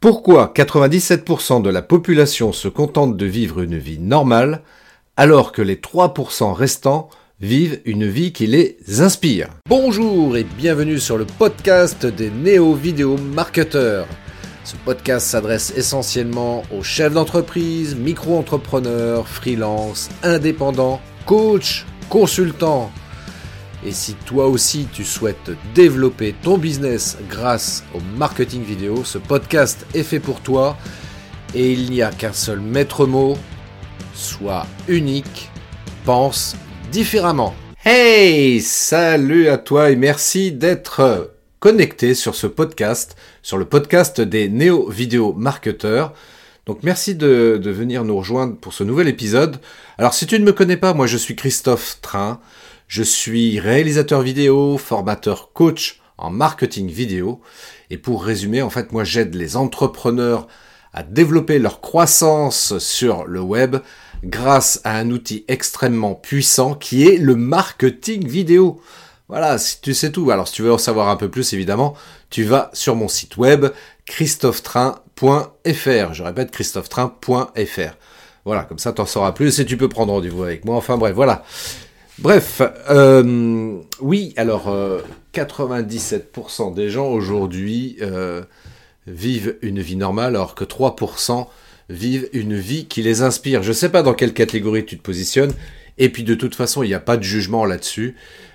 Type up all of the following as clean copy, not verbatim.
Pourquoi 97% de la population se contente de vivre une vie normale, alors que les 3% restants vivent une vie qui les inspire? Bonjour et bienvenue sur le podcast des néo-vidéo marketeurs. Ce podcast s'adresse essentiellement aux chefs d'entreprise, micro-entrepreneurs, freelance, indépendants, coachs, consultants. Et si toi aussi tu souhaites développer ton business grâce au marketing vidéo, ce podcast est fait pour toi et il n'y a qu'un seul maître mot, sois unique, pense différemment. Hey, salut à toi et merci d'être connecté sur ce podcast, sur le podcast des néo-vidéo marketeurs. Donc merci de venir nous rejoindre pour ce nouvel épisode. Alors si tu ne me connais pas, moi je suis Christophe Train. Je suis réalisateur vidéo, formateur coach en marketing vidéo. Et pour résumer, en fait, moi j'aide les entrepreneurs à développer leur croissance sur le web grâce à un outil extrêmement puissant qui est le marketing vidéo. Voilà, si tu sais tout. Alors si tu veux en savoir un peu plus, évidemment, tu vas sur mon site web christophetrain.fr. Je répète, christophetrain.fr. Voilà, comme ça tu en sauras plus et tu peux prendre rendez-vous avec moi. Enfin bref, voilà. Bref, oui, alors 97% des gens aujourd'hui vivent une vie normale alors que 3% vivent une vie qui les inspire. Je ne sais pas dans quelle catégorie tu te positionnes et puis de toute façon, il n'y a pas de jugement là-dessus.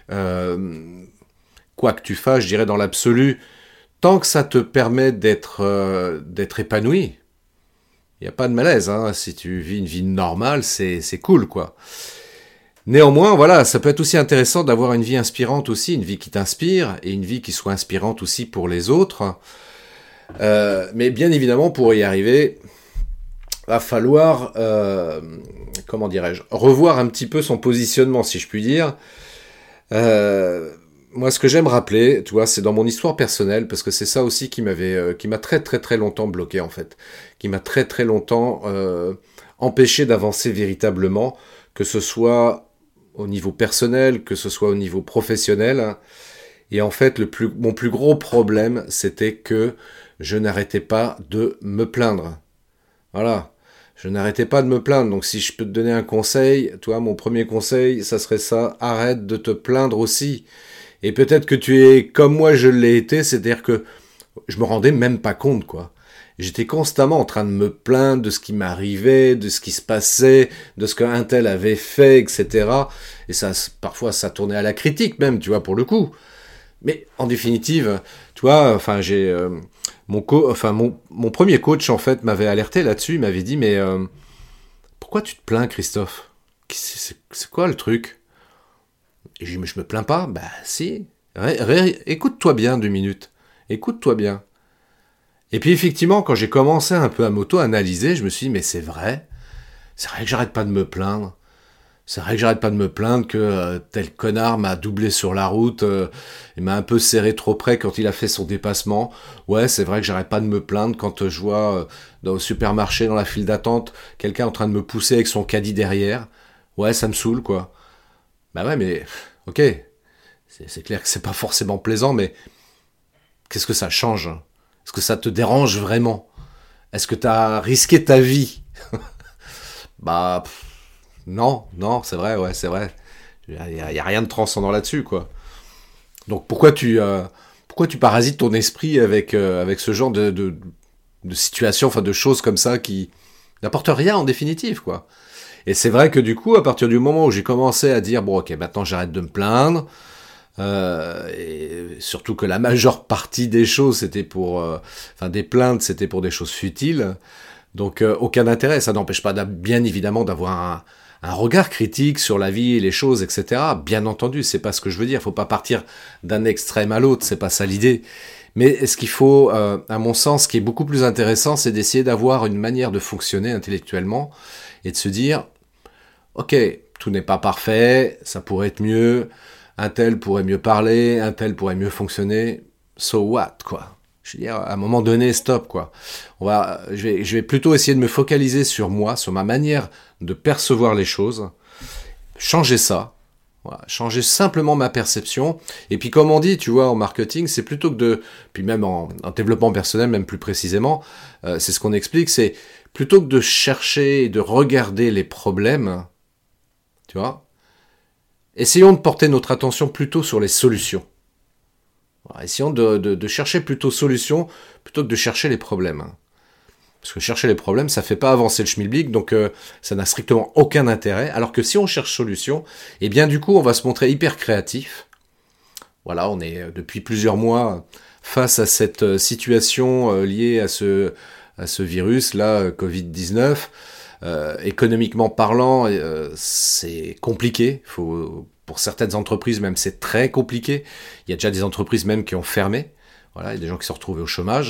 Quoi que tu fasses, je dirais dans l'absolu, tant que ça te permet d'être épanoui, il n'y a pas de malaise. Hein. Si tu vis une vie normale, c'est cool, quoi. Néanmoins, voilà, ça peut être aussi intéressant d'avoir une vie inspirante aussi, une vie qui t'inspire et une vie qui soit inspirante aussi pour les autres. Mais bien évidemment, pour y arriver, va falloir, revoir un petit peu son positionnement, si je puis dire. Moi, ce que j'aime rappeler, tu vois, c'est dans mon histoire personnelle, parce que c'est ça aussi qui m'a très très très longtemps bloqué en fait, qui m'a très très longtemps empêché d'avancer véritablement, que ce soit au niveau personnel, que ce soit au niveau professionnel. Et en fait, mon plus gros problème, c'était que je n'arrêtais pas de me plaindre. Voilà. Je n'arrêtais pas de me plaindre. Donc si je peux te donner un conseil, toi, mon premier conseil, ça serait ça. Arrête de te plaindre aussi. Et peut-être que tu es comme moi je l'ai été, c'est-à-dire que je me rendais même pas compte, quoi. J'étais constamment en train de me plaindre de ce qui m'arrivait, de ce qui se passait, de ce qu'un tel avait fait, etc. Et ça, parfois, ça tournait à la critique même, tu vois, pour le coup. Mais en définitive, tu vois, enfin, mon premier coach, en fait, m'avait alerté là-dessus. Il m'avait dit, mais pourquoi tu te plains, Christophe? C'est quoi le truc? Et j'ai dit, mais je me plains pas. Bah, si. Écoute-toi bien 2 minutes. Écoute-toi bien. Et puis effectivement, quand j'ai commencé un peu à m'auto-analyser, je me suis dit, mais c'est vrai que j'arrête pas de me plaindre. C'est vrai que j'arrête pas de me plaindre que tel connard m'a doublé sur la route, il m'a un peu serré trop près quand il a fait son dépassement. Ouais, c'est vrai que j'arrête pas de me plaindre quand je vois au supermarché, dans la file d'attente, quelqu'un en train de me pousser avec son caddie derrière. Ouais, ça me saoule, quoi. Bah ouais, mais ok, c'est clair que c'est pas forcément plaisant, mais qu'est-ce que ça change ? Est-ce que ça te dérange vraiment ? Est-ce que t'as risqué ta vie ? Bah, non, c'est vrai, ouais, c'est vrai. Il y a rien de transcendant là-dessus, quoi. Donc pourquoi tu parasites ton esprit avec ce genre de situation, enfin de choses comme ça qui n'apportent rien en définitive, quoi. Et c'est vrai que du coup, à partir du moment où j'ai commencé à dire, bon ok, maintenant j'arrête de me plaindre, et surtout que la majeure partie des choses c'était des plaintes c'était pour des choses futiles, donc aucun intérêt. Ça n'empêche pas bien évidemment d'avoir un regard critique sur la vie et les choses, etc. Bien entendu, c'est pas ce que je veux dire, faut pas partir d'un extrême à l'autre, c'est pas ça l'idée. Mais ce qu'il faut, à mon sens, ce qui est beaucoup plus intéressant, c'est d'essayer d'avoir une manière de fonctionner intellectuellement et de se dire, ok, tout n'est pas parfait, ça pourrait être mieux, un tel pourrait mieux parler, un tel pourrait mieux fonctionner, so what, quoi. Je veux dire, à un moment donné, stop, quoi. Je vais plutôt essayer de me focaliser sur moi, sur ma manière de percevoir les choses, changer ça, Voilà, changer simplement ma perception. Et puis comme on dit, tu vois, en marketing, c'est plutôt que de... Puis même en développement personnel, même plus précisément, c'est ce qu'on explique, c'est plutôt que de chercher et de regarder les problèmes, tu vois, essayons de porter notre attention plutôt sur les solutions. Voilà, essayons de chercher plutôt solutions plutôt que de chercher les problèmes. Parce que chercher les problèmes, ça fait pas avancer le schmilblick, donc ça n'a strictement aucun intérêt. Alors que si on cherche solution, eh bien du coup, on va se montrer hyper créatif. Voilà, on est depuis plusieurs mois face à cette situation liée à ce virus là, Covid-19. Économiquement parlant, c'est compliqué. Pour certaines entreprises même, c'est très compliqué. Il y a déjà des entreprises même qui ont fermé. Voilà, il y a des gens qui se sont retrouvés au chômage.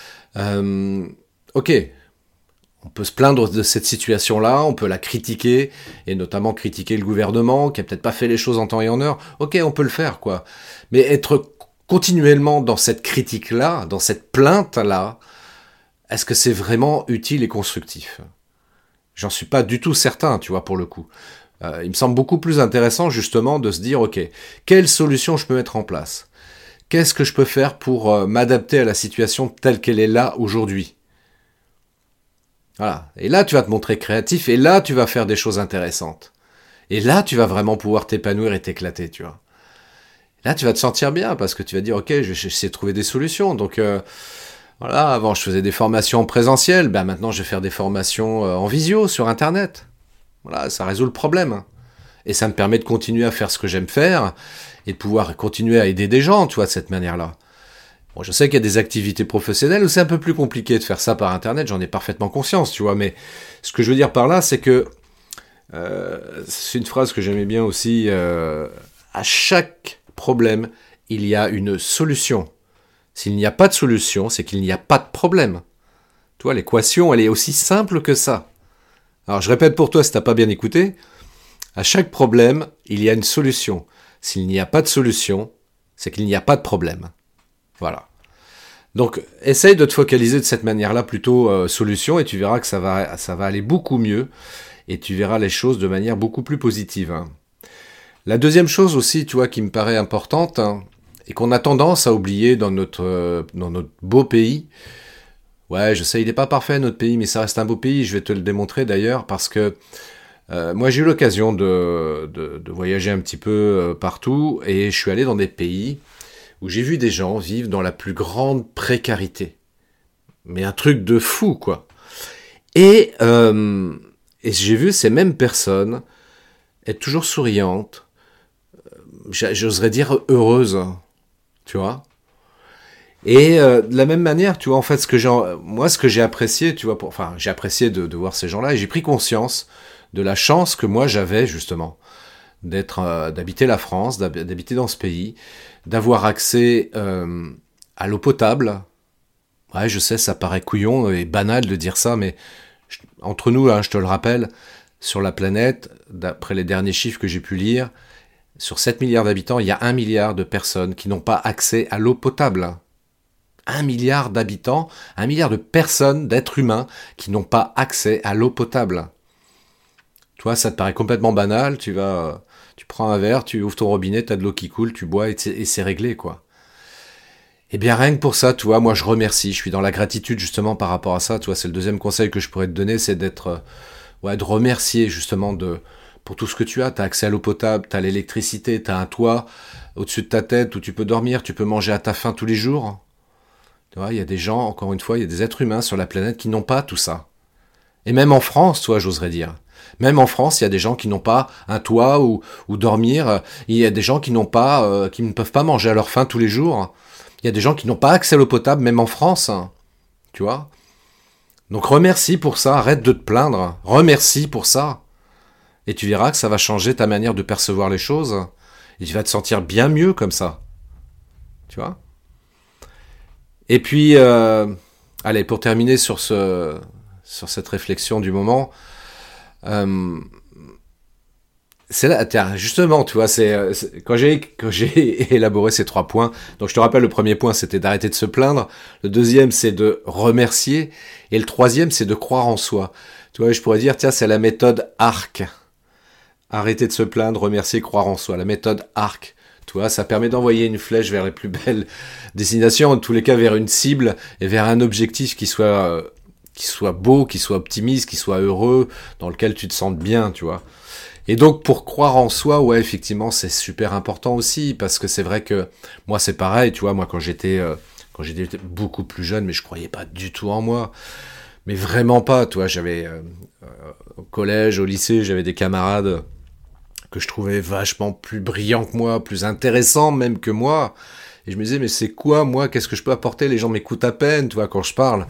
Ok, on peut se plaindre de cette situation-là, on peut la critiquer, et notamment critiquer le gouvernement, qui a peut-être pas fait les choses en temps et en heure. Ok, on peut le faire, quoi. Mais être continuellement dans cette critique-là, dans cette plainte-là, est-ce que c'est vraiment utile et constructif ? J'en suis pas du tout certain, tu vois, pour le coup. Il me semble beaucoup plus intéressant, justement, de se dire, ok, quelle solution je peux mettre en place ? Qu'est-ce que je peux faire pour m'adapter à la situation telle qu'elle est là aujourd'hui ? Voilà. Et là, tu vas te montrer créatif, et là, tu vas faire des choses intéressantes. Et là, tu vas vraiment pouvoir t'épanouir et t'éclater, tu vois. Là, tu vas te sentir bien, parce que tu vas dire, ok, je vais essayer de trouver des solutions. Donc, voilà, avant, je faisais des formations en présentiel, ben maintenant, je vais faire des formations en visio, sur Internet. Voilà, ça résout le problème. Et ça me permet de continuer à faire ce que j'aime faire, et de pouvoir continuer à aider des gens, tu vois, de cette manière-là. Bon, je sais qu'il y a des activités professionnelles où c'est un peu plus compliqué de faire ça par Internet, j'en ai parfaitement conscience, tu vois, mais ce que je veux dire par là, c'est que, c'est une phrase que j'aimais bien aussi, à chaque problème, il y a une solution. S'il n'y a pas de solution, c'est qu'il n'y a pas de problème. Tu vois, l'équation, elle est aussi simple que ça. Alors, je répète pour toi si t'as pas bien écouté, à chaque problème, il y a une solution. S'il n'y a pas de solution, c'est qu'il n'y a pas de problème. Voilà. Donc, essaye de te focaliser de cette manière-là, plutôt solution, et tu verras que ça va aller beaucoup mieux, et tu verras les choses de manière beaucoup plus positive. Hein. La deuxième chose aussi, tu vois, qui me paraît importante, hein, et qu'on a tendance à oublier dans notre beau pays. Ouais, je sais, il n'est pas parfait, notre pays, mais ça reste un beau pays, je vais te le démontrer d'ailleurs, parce que moi, j'ai eu l'occasion de voyager un petit peu partout, et je suis allé dans des pays où j'ai vu des gens vivre dans la plus grande précarité. Mais un truc de fou, quoi. Et j'ai vu ces mêmes personnes être toujours souriantes, j'oserais dire heureuses, tu vois. Et de la même manière, tu vois, en fait, ce que j'ai apprécié, tu vois, j'ai apprécié de voir ces gens-là, et j'ai pris conscience de la chance que moi j'avais, justement, d'habiter la France, d'habiter dans ce pays, d'avoir accès à l'eau potable. Ouais, je sais, ça paraît couillon et banal de dire ça, mais entre nous, hein, je te le rappelle, sur la planète, d'après les derniers chiffres que j'ai pu lire, sur 7 milliards d'habitants, il y a 1 milliard de personnes qui n'ont pas accès à l'eau potable. 1 milliard d'habitants, 1 milliard de personnes, d'êtres humains, qui n'ont pas accès à l'eau potable. Toi, ça te paraît complètement banal, tu prends un verre, tu ouvres ton robinet, t'as de l'eau qui coule, tu bois et c'est réglé, quoi. Eh bien, rien que pour ça, tu vois, moi je remercie, je suis dans la gratitude justement par rapport à ça, tu vois, c'est le deuxième conseil que je pourrais te donner, c'est de remercier justement pour tout ce que tu as. T'as accès à l'eau potable, t'as l'électricité, t'as un toit au-dessus de ta tête où tu peux dormir, tu peux manger à ta faim tous les jours. Tu vois, il y a des gens, encore une fois, il y a des êtres humains sur la planète qui n'ont pas tout ça. Et même en France, toi, j'oserais dire. Même en France, il y a des gens qui n'ont pas un toit ou dormir. Il y a des gens qui ne peuvent pas manger à leur faim tous les jours. Il y a des gens qui n'ont pas accès à l'eau potable, même en France. Tu vois ? Donc remercie pour ça, arrête de te plaindre. Remercie pour ça. Et tu verras que ça va changer ta manière de percevoir les choses. Et tu vas te sentir bien mieux comme ça. Tu vois ? Et puis, allez, pour terminer sur cette réflexion du moment, c'est là, tiens, justement, tu vois, c'est quand j'ai élaboré ces 3 points. Donc, je te rappelle, le premier point, c'était d'arrêter de se plaindre. Le deuxième, c'est de remercier. Et le troisième, c'est de croire en soi. Tu vois, je pourrais dire, tiens, c'est la méthode ARC. Arrêter de se plaindre, remercier, croire en soi. La méthode ARC. Tu vois, ça permet d'envoyer une flèche vers les plus belles destinations, en tous les cas vers une cible et vers un objectif qui soit beau, qui soit optimiste, qui soit heureux, dans lequel tu te sentes bien, tu vois. Et donc pour croire en soi, ouais, effectivement, c'est super important aussi, parce que c'est vrai que moi c'est pareil, tu vois, moi quand j'étais beaucoup plus jeune, mais je croyais pas du tout en moi, mais vraiment pas, tu vois, j'avais au collège, au lycée, j'avais des camarades que je trouvais vachement plus brillants que moi, plus intéressants même que moi. Et je me disais, mais c'est quoi, moi, qu'est-ce que je peux apporter? Les gens m'écoutent à peine, tu vois, quand je parle.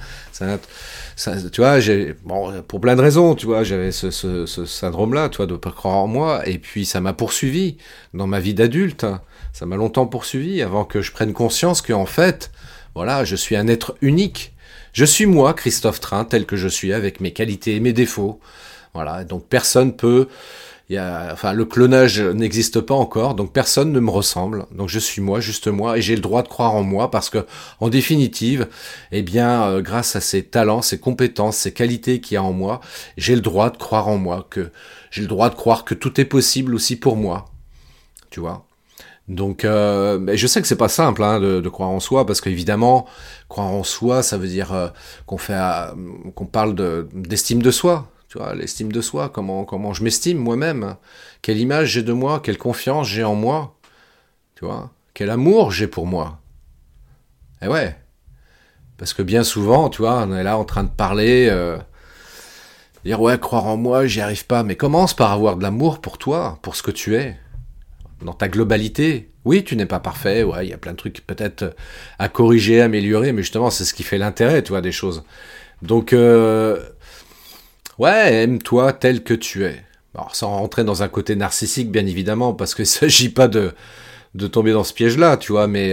Tu vois, bon, pour plein de raisons, tu vois, j'avais ce syndrome-là, tu vois, de pas croire en moi. Et puis, ça m'a poursuivi dans ma vie d'adulte. Ça m'a longtemps poursuivi avant que je prenne conscience qu'en fait, voilà, je suis un être unique. Je suis moi, Christophe Train, tel que je suis, avec mes qualités et mes défauts. Voilà, donc personne peut... le clonage n'existe pas encore, donc personne ne me ressemble. Donc je suis moi, juste moi, et j'ai le droit de croire en moi parce que, en définitive, eh bien, grâce à ces talents, ces compétences, ces qualités qu'il y a en moi, j'ai le droit de croire en moi, que j'ai le droit de croire que tout est possible aussi pour moi. Tu vois. Donc, mais je sais que c'est pas simple de croire en soi, parce qu'évidemment, croire en soi, ça veut dire qu'on parle d'estime de soi. Tu vois, l'estime de soi, comment je m'estime moi-même, quelle image j'ai de moi, quelle confiance j'ai en moi, tu vois, quel amour j'ai pour moi. Et ouais, parce que bien souvent, tu vois, on est là en train de parler, dire ouais, croire en moi, j'y arrive pas, mais commence par avoir de l'amour pour toi, pour ce que tu es, dans ta globalité. Oui, tu n'es pas parfait, ouais, il y a plein de trucs peut-être à corriger, à améliorer, mais justement, c'est ce qui fait l'intérêt, tu vois, des choses. Donc, ouais, aime-toi tel que tu es. Alors, sans rentrer dans un côté narcissique, bien évidemment, parce qu'il ne s'agit pas de tomber dans ce piège-là, tu vois, mais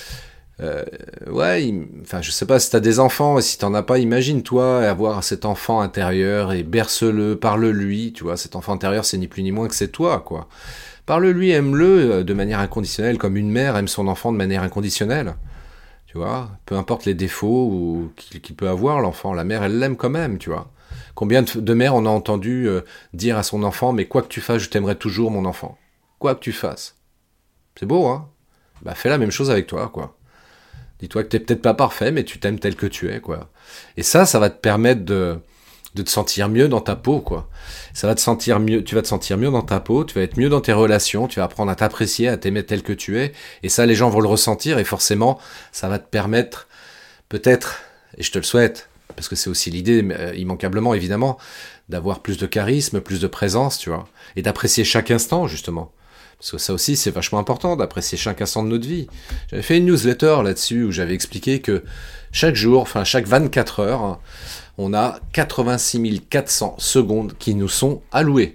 ouais, enfin, je sais pas si t'as des enfants, et si t'en as pas, imagine-toi avoir cet enfant intérieur et berce-le, parle-lui, tu vois, cet enfant intérieur, c'est ni plus ni moins que c'est toi, quoi. Parle-lui, aime-le de manière inconditionnelle, comme une mère aime son enfant de manière inconditionnelle. Tu vois, peu importe les défauts qu'il peut avoir, l'enfant, la mère, elle l'aime quand même, tu vois. Combien de mères on a entendu dire à son enfant, mais quoi que tu fasses, je t'aimerai toujours, mon enfant. Quoi que tu fasses. C'est beau, hein? Bah, fais la même chose avec toi, quoi. Dis-toi que t'es peut-être pas parfait, mais tu t'aimes tel que tu es, quoi. Et ça va te permettre de te sentir mieux dans ta peau, quoi. Ça va te sentir mieux, tu vas te sentir mieux dans ta peau, tu vas être mieux dans tes relations, tu vas apprendre à t'apprécier, à t'aimer tel que tu es, et ça, les gens vont le ressentir, et forcément, ça va te permettre, peut-être, et je te le souhaite, parce que c'est aussi l'idée, immanquablement, évidemment, d'avoir plus de charisme, plus de présence, tu vois, et d'apprécier chaque instant, justement. Parce que ça aussi, c'est vachement important, d'apprécier chaque instant de notre vie. J'avais fait une newsletter là-dessus, où j'avais expliqué que chaque jour, enfin, chaque 24 heures, on a 86 400 secondes qui nous sont allouées.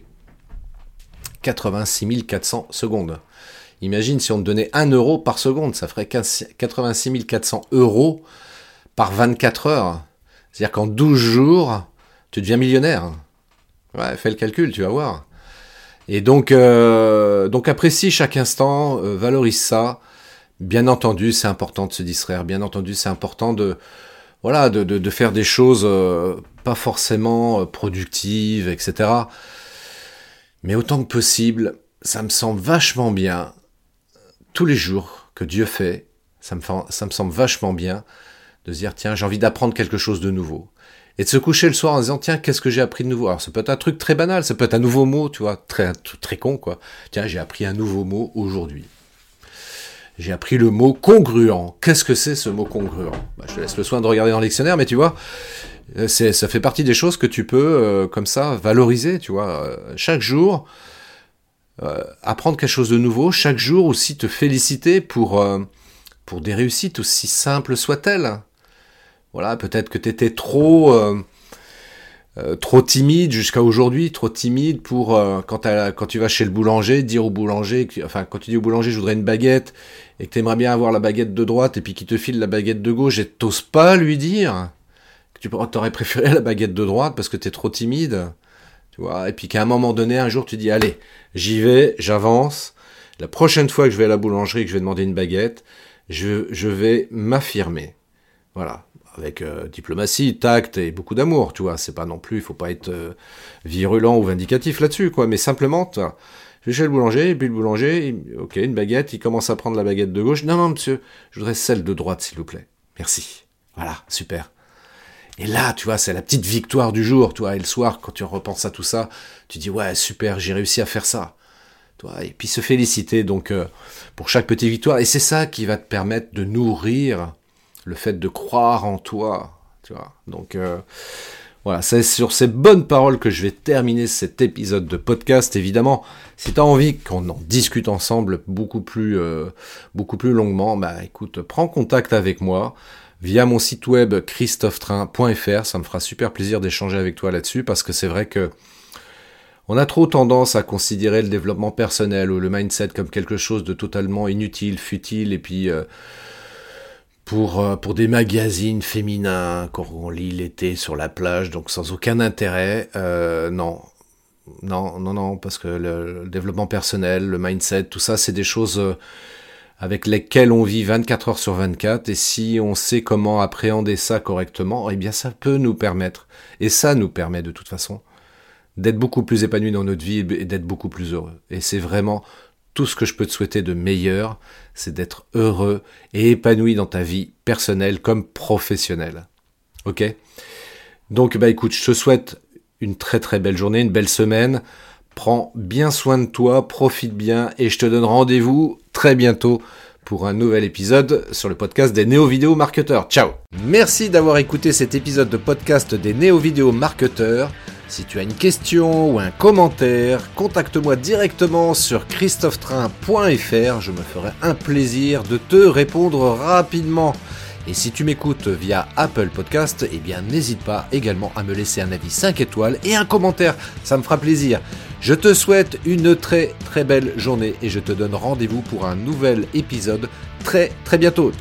86 400 secondes. Imagine si on te donnait 1 euro par seconde, ça ferait 86 400 euros par 24 heures. C'est-à-dire qu'en 12 jours, tu deviens millionnaire. Ouais, fais le calcul, tu vas voir. Et donc apprécie chaque instant, valorise ça. Bien entendu, c'est important de se distraire. Bien entendu, c'est important de faire des choses pas forcément productives, etc. Mais autant que possible, ça me semble vachement bien, tous les jours que Dieu fait, ça me semble vachement bien de se dire, tiens, j'ai envie d'apprendre quelque chose de nouveau. Et de se coucher le soir en se disant, tiens, qu'est-ce que j'ai appris de nouveau? Alors, ça peut être un truc très banal, ça peut être un nouveau mot, tu vois, très con, quoi. Tiens, j'ai appris un nouveau mot aujourd'hui. J'ai appris le mot congruent. Qu'est-ce que c'est ce mot congruent? Bah, je te laisse le soin de regarder dans le dictionnaire, mais tu vois, ça fait partie des choses que tu peux, comme ça, valoriser, tu vois. Chaque jour, apprendre quelque chose de nouveau, chaque jour aussi te féliciter pour des réussites aussi simples soient-elles. Voilà, peut-être que tu étais trop timide jusqu'à aujourd'hui, trop timide pour quand tu vas chez le boulanger, dire au boulanger, quand tu dis au boulanger je voudrais une baguette et que tu aimerais bien avoir la baguette de droite et puis qu'il te file la baguette de gauche et t'oses pas lui dire que tu aurais préféré la baguette de droite parce que t'es trop timide, tu vois, et puis qu'à un moment donné, un jour tu dis allez, j'y vais, j'avance, la prochaine fois que je vais à la boulangerie et que je vais demander une baguette, je vais m'affirmer. Voilà. avec diplomatie, tact et beaucoup d'amour, tu vois. C'est pas non plus, il faut pas être virulent ou vindicatif là-dessus, quoi. Mais simplement, je vais chez le boulanger, et puis le boulanger, ok, une baguette, il commence à prendre la baguette de gauche. Non, monsieur, je voudrais celle de droite, s'il vous plaît. Merci. Voilà, super. Et là, tu vois, c'est la petite victoire du jour, tu vois. Et le soir, quand tu repenses à tout ça, tu dis, ouais, super, j'ai réussi à faire ça. Tu vois, et puis se féliciter, donc, pour chaque petite victoire. Et c'est ça qui va te permettre de nourrir le fait de croire en toi, tu vois. Donc, voilà, c'est sur ces bonnes paroles que je vais terminer cet épisode de podcast. Évidemment, si tu as envie qu'on en discute ensemble beaucoup plus longuement, bah écoute, prends contact avec moi via mon site web christophetrain.fr. Ça me fera super plaisir d'échanger avec toi là-dessus, parce que c'est vrai que on a trop tendance à considérer le développement personnel ou le mindset comme quelque chose de totalement inutile, futile, et puis pour des magazines féminins qu'on lit l'été sur la plage, donc sans aucun intérêt. Non, parce que le développement personnel, le mindset, tout ça, c'est des choses avec lesquelles on vit 24 heures sur 24, et si on sait comment appréhender ça correctement, eh bien ça peut nous permettre, et ça nous permet de toute façon, d'être beaucoup plus épanoui dans notre vie et d'être beaucoup plus heureux. Et c'est vraiment tout ce que je peux te souhaiter de meilleur, c'est d'être heureux et épanoui dans ta vie personnelle comme professionnelle. Ok ? Donc, bah écoute, je te souhaite une très très belle journée, une belle semaine. Prends bien soin de toi, profite bien, et je te donne rendez-vous très bientôt pour un nouvel épisode sur le podcast des Néo-Vidéo Marketeurs. Ciao ! Merci d'avoir écouté cet épisode de podcast des Néo-Vidéo Marketeurs. Si tu as une question ou un commentaire, contacte-moi directement sur christophetrain.fr. Je me ferai un plaisir de te répondre rapidement. Et si tu m'écoutes via Apple Podcast, eh bien n'hésite pas également à me laisser un avis 5 étoiles et un commentaire. Ça me fera plaisir. Je te souhaite une très très belle journée et je te donne rendez-vous pour un nouvel épisode très très bientôt. Ciao !